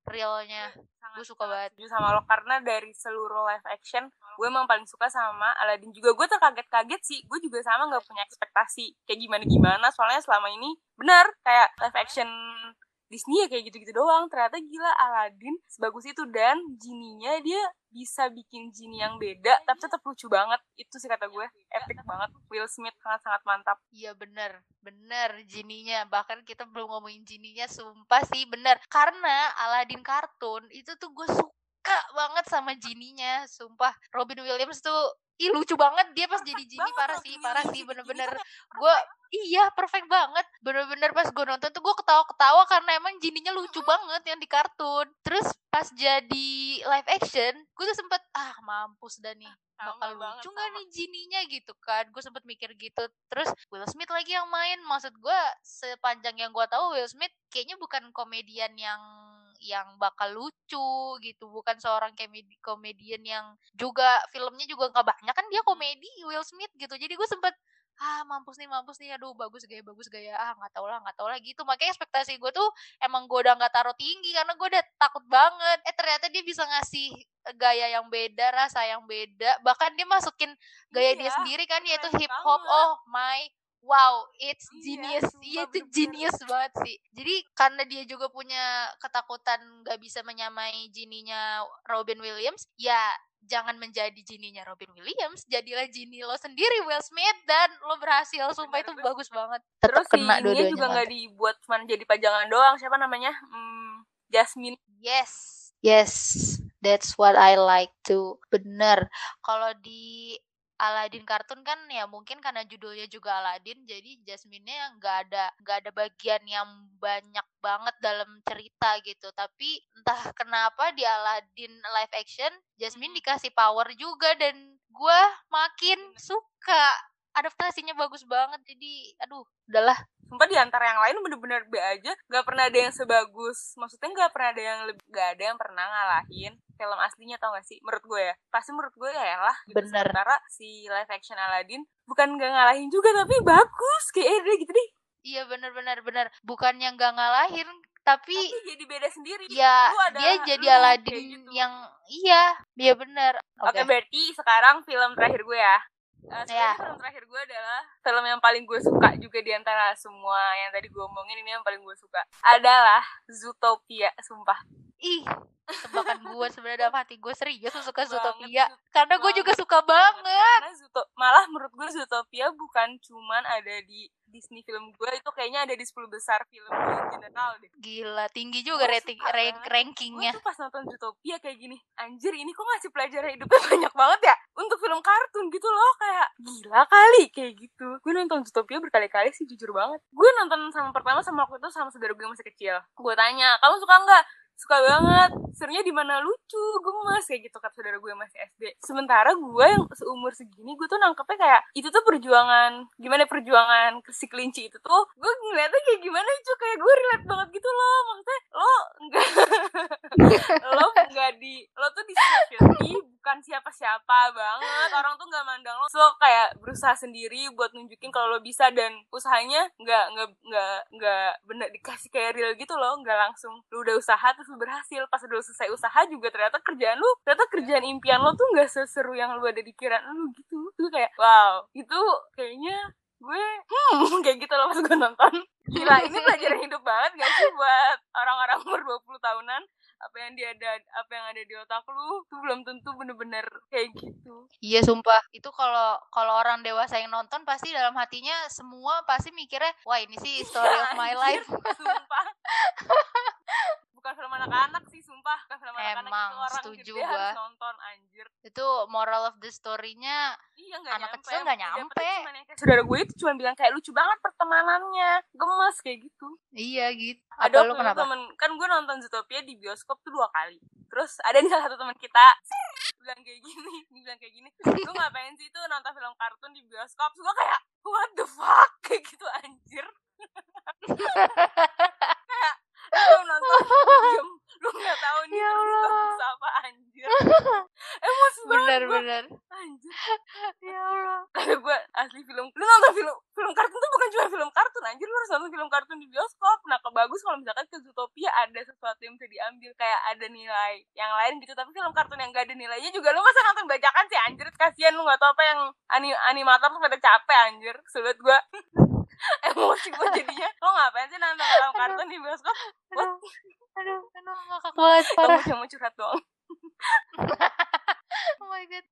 realnya. Gue suka banget. Setuju sama lo, karena dari seluruh live action gue emang paling suka sama Aladdin juga. Gue terkaget-kaget sih, gue juga sama nggak punya ekspektasi kayak gimana-gimana, soalnya selama ini benar kayak live action Disney ya kayak gitu-gitu doang. Ternyata gila, Aladdin sebagus itu, dan genie-nya dia bisa bikin genie yang beda tapi tetap lucu banget. Itu sih kata gue, epic banget. Will Smith sangat-sangat mantap. Iya bener, bener genie-nya. Bahkan kita belum ngomongin genie-nya, sumpah sih bener. Karena Aladdin kartun itu tuh gue suka banget sama genie-nya. Sumpah, Robin Williams tuh ih lucu banget dia pas jadi genie, parah sih, parah sih bener-bener. Gue iya perfect banget, bener-bener pas gue nonton tuh gue ketawa-ketawa karena emang genie-nya lucu banget yang di kartun. Terus pas jadi live action gue tuh sempet ah mampus dah nih, bakal lucu nggak nih genie-nya gitu kan, gue sempet mikir gitu. Terus Will Smith lagi yang main, maksud gue sepanjang yang gue tahu Will Smith kayaknya bukan komedian yang yang bakal lucu gitu, bukan seorang komedi komedian yang juga filmnya juga nggak banyak kan, dia komedi Will Smith gitu. Jadi gue sempet ah mampus nih mampus nih aduh bagus gaya bagus gaya ah nggak tau lah nggak tau lah gitu. Makanya ekspektasi gue tuh emang gue udah nggak taruh tinggi karena gue udah takut banget. Eh ternyata dia bisa ngasih gaya yang beda, rasa yang beda, bahkan dia masukin gaya iya, dia sendiri kan, yaitu hip hop. Oh my wow, it's genius. Iya, itu genius banget sih. Jadi karena dia juga punya ketakutan gak bisa menyamai genie-nya Robin Williams, ya jangan menjadi genie-nya Robin Williams, jadilah genie lo sendiri Will Smith, dan lo berhasil. Sumpah itu bagus banget. Tetap kena dua-duanya. Terus juga gak dibuat cuma jadi pajangan doang. Siapa namanya? Hmm, Jasmine. Yes. Yes, that's what I like too. Bener. Kalau di Aladdin kartun kan ya mungkin karena judulnya juga Aladdin, jadi Jasmine-nya nggak ada nggak ada bagian yang banyak banget dalam cerita gitu. Tapi entah kenapa di Aladdin live action Jasmine dikasih power juga, dan gue makin suka. Adaptasinya bagus banget, jadi aduh udahlah. Sumpah di antara yang lain bener-bener B aja, nggak pernah ada yang sebagus, maksudnya nggak pernah ada yang lebih, nggak ada yang pernah ngalahin film aslinya, tau gak sih? Menurut gue ya, pasti menurut gue ya lah. Gitu. Bener. Sementara si live action Aladdin bukan nggak ngalahin juga, tapi bagus kayak eh, gitu deh. Iya bener-bener bener, bukannya nggak ngalahin, tapi, tapi jadi beda sendiri. Ya dia jadi Aladdin gitu. Yang iya, dia bener. Oke, okay, berarti sekarang film terakhir gue ya. Uh, ya. Film terakhir gue adalah film yang paling gue suka juga di antara semua yang tadi gue omongin. Ini yang paling gue suka adalah Zootopia. Sumpah, ih tebakan gue sebenarnya dalam hati gue, serius suka Zootopia karena gue juga suka banget. Karena Zootopia, malah menurut gue Zootopia bukan cuman ada di Disney film gue, itu kayaknya ada di sepuluh besar film gue in general deh. Gila, tinggi juga rating rank, rankingnya. Gue tuh pas nonton Zootopia kayak gini, anjir ini kok ngasih pelajaran hidupnya banyak banget ya untuk film kartun gitu loh, kayak gila kali kayak gitu. Gue nonton Zootopia berkali-kali sih, jujur banget. Gue nonton sama pertama sama waktu itu sama saudara gue masih kecil. Gue tanya, kamu suka nggak? Suka banget, serunya di mana, lucu, gemes kayak gitu kata saudara gue masih S D. Sementara gue yang seumur segini, gue tuh nangkepnya kayak itu tuh perjuangan, gimana perjuangan si kelinci itu tuh, gue ngeliatnya kayak gimana itu, kayak gue relate banget gitu loh. Maksudnya lo enggak lo enggak di lo tuh di security, bukan siapa-siapa banget, orang tuh nggak mandang lo, so kayak berusaha sendiri buat nunjukin kalau lo bisa, dan usahanya nggak nggak nggak nggak bener dikasih kayak real gitu loh, nggak langsung lo udah usaha terus lu berhasil, pas udah selesai usaha juga ternyata kerjaan lu, ternyata kerjaan impian lo tuh nggak seseru yang lu ada di kiraan lu gitu. Tuh kayak wow, itu kayaknya gue hmm kayak gitu loh pas gue nonton. Gila, ini pelajaran hidup banget gak sih buat orang-orang umur dua puluh tahunan? Apa yang dia ada, apa yang ada di otak lu tuh belum tentu bener-bener kayak gitu. Iya sumpah, itu kalau kalau orang dewasa yang nonton pasti dalam hatinya semua pasti mikirnya, wah ini sih story of my life. Sumpah. Bukan film anak-anak sih, sumpah. Bukan film anak-anak, itu orang setuju gede gua. harus nonton, anjir. Itu moral of the story-nya, iya, anak nyampe. Kecil gak nyampe. Saudara gue itu cuma bilang kayak lucu banget pertemanannya, gemes kayak gitu. Iya gitu. Ada lu kenapa? Temen, kan gue nonton Zootopia di bioskop tuh dua kali. Terus ada nih salah satu teman kita bilang kayak gini, bilang kayak gini, lu ngapain sih tuh nonton film kartun di bioskop? Terus gue kayak what the fuck, kayak gitu anjir. Kayak lu nonton diem, lu nggak tahu nih ya terus bagus apa anjir. Emosi banget. Bener-bener. Anjir. Ya Allah. Kalau gue asli film, lu nonton film film kartun tuh bukan cuma film kartun, anjir lu harus nonton film kartun di bioskop. Nah kebagus kalau misalkan ke Zootopia ada sesuatu yang bisa diambil, kayak ada nilai yang lain gitu. Tapi film kartun yang gak ada nilainya juga lu masa nonton bajakan sih anjir, kasihan lu, gak tau apa yang anim- animator tuh pada capek anjir, sulit gue. Emosi gue jadinya, lo ngapain sih nonton film kartun di bioskop? Aduh, aduh, aduh, ngakak banget, parah. Kamu cuma curhat doang. Oh my god.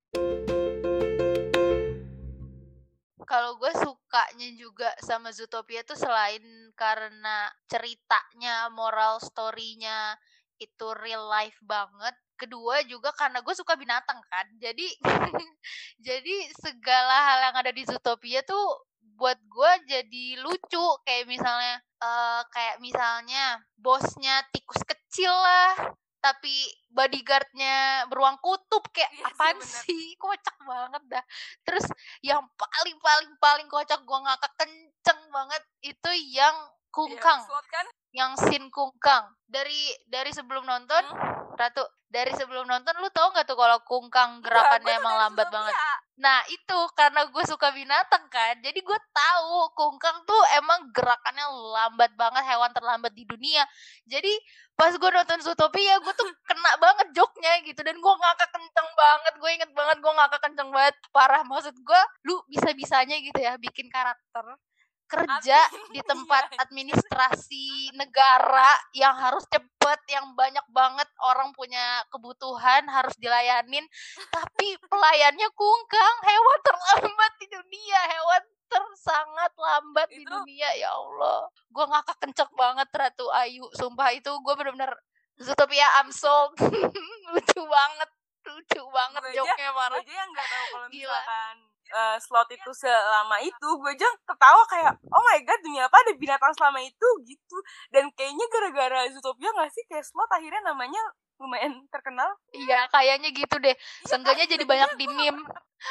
Kalau gue sukanya juga sama Zootopia tuh selain karena ceritanya, moral story-nya itu real life banget. Kedua juga karena gue suka binatang kan. Jadi jadi segala hal yang ada di Zootopia tuh buat gue jadi lucu. Kayak misalnya uh, kayak misalnya bosnya tikus kecil lah, tapi bodyguardnya beruang kutub, kayak Iya sih, apaan bener. sih, kocak banget dah. Terus yang paling paling paling kocak gue ngakak kenceng banget itu yang kungkang, Iya, slot kan? yang scene kungkang. Dari dari sebelum nonton, Hmm? Ratu, dari sebelum nonton lu tau nggak tuh kalau kungkang Enggak, gerakannya gue tuh emang dari lambat Zootopia. banget. Nah itu karena gue suka binatang kan, jadi gue tahu kungkang tuh emang gerakannya lambat banget, hewan terlambat di dunia. Jadi pas gue nonton Zootopia, gue tuh kena banget joknya gitu, dan gue ngakak kenceng banget. Gue inget banget gue ngakak kenceng banget, parah. Maksud gue, lu bisa-bisanya gitu ya bikin karakter kerja Admin, di tempat iya. administrasi negara yang harus cepet, yang banyak banget orang punya kebutuhan harus dilayanin, tapi pelayannya kungkang, hewan terlambat di dunia, hewan tersangat lambat di Itu dunia. Ya Allah, gue ngakak kenceng banget Ratu Ayu, sumpah itu gue bener-bener Zootopia I'm sold. Lucu banget, lucu banget gue aja, joknya, gue parah. aja yang nggak tahu kalau Gila. misalkan uh, slot itu selama itu, gue aja ketawa kayak oh my god, dunia apa ada binatang selama itu gitu. Dan kayaknya gara-gara Zootopia nggak sih kayak slot akhirnya namanya lumayan terkenal. Iya, kayaknya gitu deh. Seenggaknya Iya, jadi banyak di meme.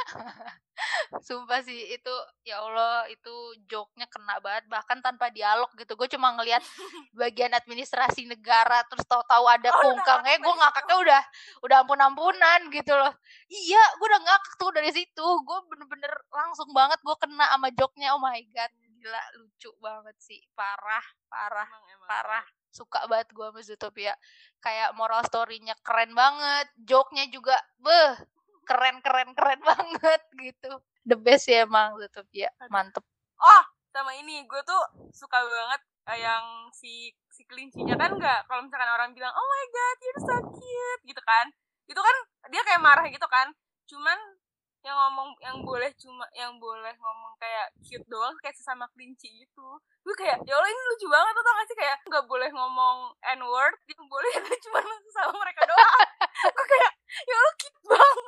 Sumpah sih itu, ya Allah, itu joke-nya kena banget, bahkan tanpa dialog gitu. Gue cuma ngelihat bagian administrasi negara, terus tahu-tahu ada oh, kungkang, eh gue ngakaknya udah udah ampun-ampunan gitu loh. Iya, gue udah ngakak tuh dari situ. Gue bener-bener langsung banget gue kena sama joke-nya. Oh my god, gila, lucu banget sih, parah, parah, emang, emang. parah. Suka banget gue sama Zootopia. Kayak moral story-nya keren banget, joke-nya juga beh keren keren keren banget gitu. The best ya emang Zootopia, mantep. Oh, sama ini gue tuh suka banget yang si si kelincinya kan, nggak, kalau misalkan orang bilang oh my god you're so cute gitu kan, itu kan dia kayak marah gitu kan, cuman yang ngomong yang boleh cuma yang boleh ngomong kayak cute doang kayak sesama kelinci gitu. Gue kayak ya Allah ini lucu banget tuh, tau gak sih, kayak nggak boleh ngomong n word, yang boleh itu cuma sama mereka doang. Gue kayak ya Allah cute banget.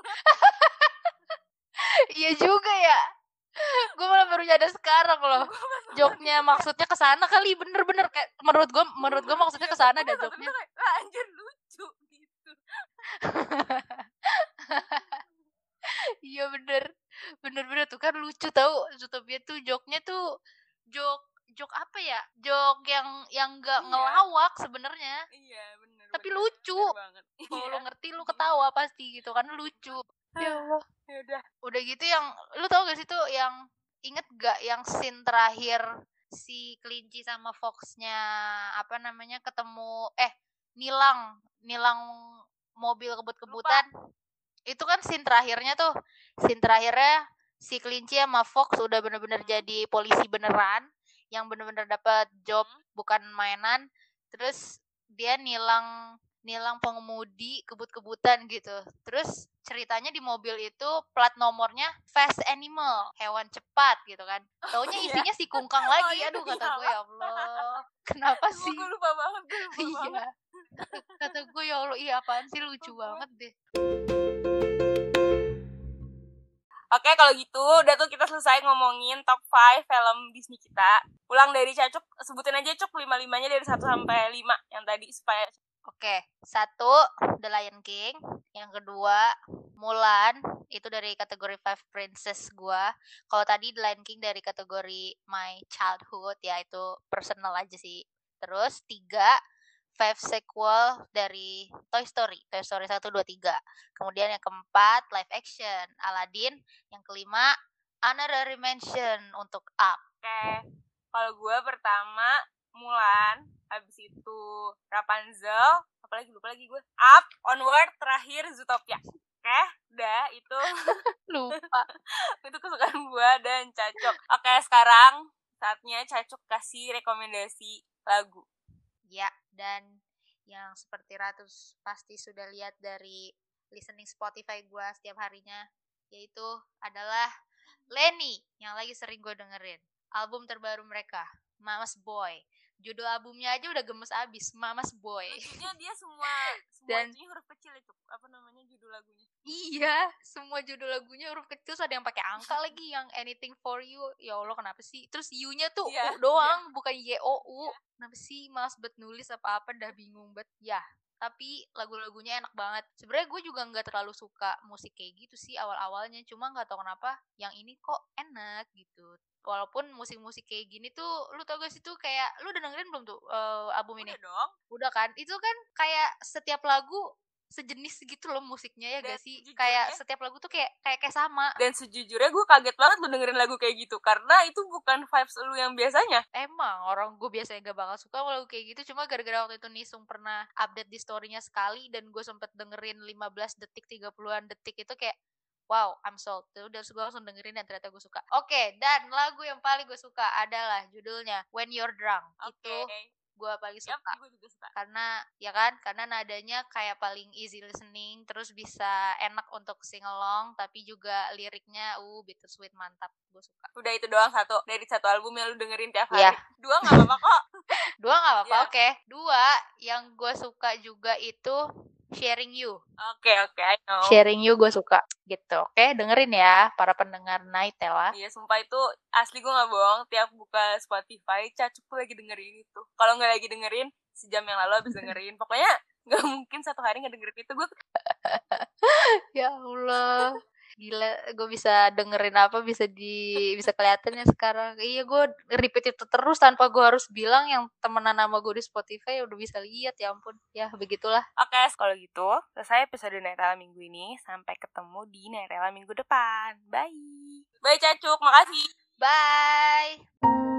Iya juga ya, gue malah baru nyadar sekarang loh. Joknya maksudnya kesana kali, bener-bener kayak menurut gue menurut gue maksudnya kesana dah joknya. Ah, anjir lucu gitu. Iya bener, bener-bener tuh kan lucu tau. Zootopia tuh joknya tuh jok jok apa ya, jok yang yang nggak Iya. ngelawak sebenarnya. Iya bener. Tapi bener, lucu. Kalau iya. lu ngerti lu ketawa pasti gitu kan, lucu. Ya Allah. Ya udah. Udah gitu yang lu tau gak sih tuh yang inget gak yang scene terakhir si kelinci sama foxnya apa namanya ketemu eh nilang nilang mobil kebut-kebutan. Itu kan scene terakhirnya tuh, scene terakhirnya si kelinci sama fox udah bener-bener jadi polisi beneran, yang bener-bener dapat job bukan mainan. Terus dia nilang nilang pengemudi kebut-kebutan gitu. Terus ceritanya di mobil itu plat nomornya fast animal, hewan cepat gitu kan. Taunya isinya si kungkang lagi. Aduh, kata gue ya Allah, kenapa sih? Gue lupa banget, gue lupa iya. banget. Kata gue ya Allah, iya apaan sih, lucu banget deh. Oke, kalau gitu udah tuh kita selesai ngomongin top lima film Disney kita. Ulang dari Cacuk, sebutin aja Cuk lima-limanya dari satu sampai lima yang tadi supaya. Oke, satu The Lion King, yang kedua Mulan, itu dari kategori Five Princess gua. Kalau tadi The Lion King dari kategori My Childhood, ya itu personal aja sih. Terus tiga Five sequel dari Toy Story, Toy Story satu, dua, tiga. Kemudian yang keempat live action Aladdin, yang kelima honorary mention untuk Up. Oke. Kalau gue pertama Mulan, habis itu Rapunzel, apalagi lupa lagi gue. Up, Onward, terakhir Zootopia. Oke, udah itu. Lupa. Itu kesukaan gue dan Cacok. Oke, sekarang saatnya Cacok kasih rekomendasi lagu. Ya, dan yang seperti Ratus pasti sudah lihat dari listening Spotify gue setiap harinya, yaitu adalah Lenny yang lagi sering gue dengerin. Album terbaru mereka, Mama's Boy. Judul albumnya aja udah gemes abis, Mama's Boy. Lucunya dia semua semua Dan itunya huruf kecil itu. Apa namanya judul lagunya? iya, semua judul lagunya huruf kecil, ada yang pakai angka lagi, yang Anything for You. Ya Allah, kenapa sih? Terus U-nya tuh Iya, U doang, iya. bukan Y O U. Kenapa sih? Males bet nulis apa-apa, dah bingung bet. Ya, tapi lagu-lagunya enak banget. Sebenarnya gue juga nggak terlalu suka musik kayak gitu sih awal-awalnya, cuma nggak tahu kenapa yang ini kok enak gitu. Walaupun musik-musik kayak gini tuh, lu tau gak sih tuh kayak, lu udah dengerin belum tuh uh, album ini? Udah dong. Udah kan? Itu kan kayak setiap lagu sejenis gitu loh musiknya, ya Dan gak sih? sejujurnya- Kayak setiap lagu tuh kayak kayak kayak sama. Dan sejujurnya gue kaget banget lu dengerin lagu kayak gitu, karena itu bukan vibes lu yang biasanya. Emang orang gue biasanya gak bakal suka lagu kayak gitu, cuma gara-gara waktu itu Nisung pernah update di story-nya sekali dan gue sempet dengerin lima belas detik, tiga puluhan detik, itu kayak wow, I'm sold. Udah gue langsung dengerin dan ternyata gue suka. Oke, okay, dan lagu yang paling gue suka adalah judulnya When You're Drunk. Okay. Itu gue paling suka. Yep, gue juga suka. Karena ya kan, karena nadanya kayak paling easy listening, terus bisa enak untuk sing along, tapi juga liriknya uh bittersweet, mantap. Gue suka. Udah itu doang satu dari satu album yang lu dengerin tiap hari. Yeah. Dua nggak apa-apa kok. Dua nggak apa-apa. Yeah. Oke. Okay. Dua yang gue suka juga itu Sharing You. Oke okay, oke, okay, I know. Sharing You gue suka gitu. Oke, okay, dengerin ya para pendengar Naitela. Iya, sumpah itu asli gue nggak bohong. Tiap buka Spotify, Cacuk tuh lagi dengerin itu. Kalau nggak lagi dengerin, sejam yang lalu habis dengerin. Pokoknya nggak mungkin satu hari nggak dengerin itu gue. Ya Allah. Gila, gue bisa dengerin apa bisa di bisa kelihatannya sekarang. Iya, gue repeat itu terus tanpa gue harus bilang. Yang temenan sama gue di Spotify udah bisa lihat, ya ampun. Ya begitulah. Oke, okay, kalau gitu selesai episode Naitela minggu ini. Sampai ketemu di Naitela minggu depan. Bye. Bye Cacuk, makasih. Bye.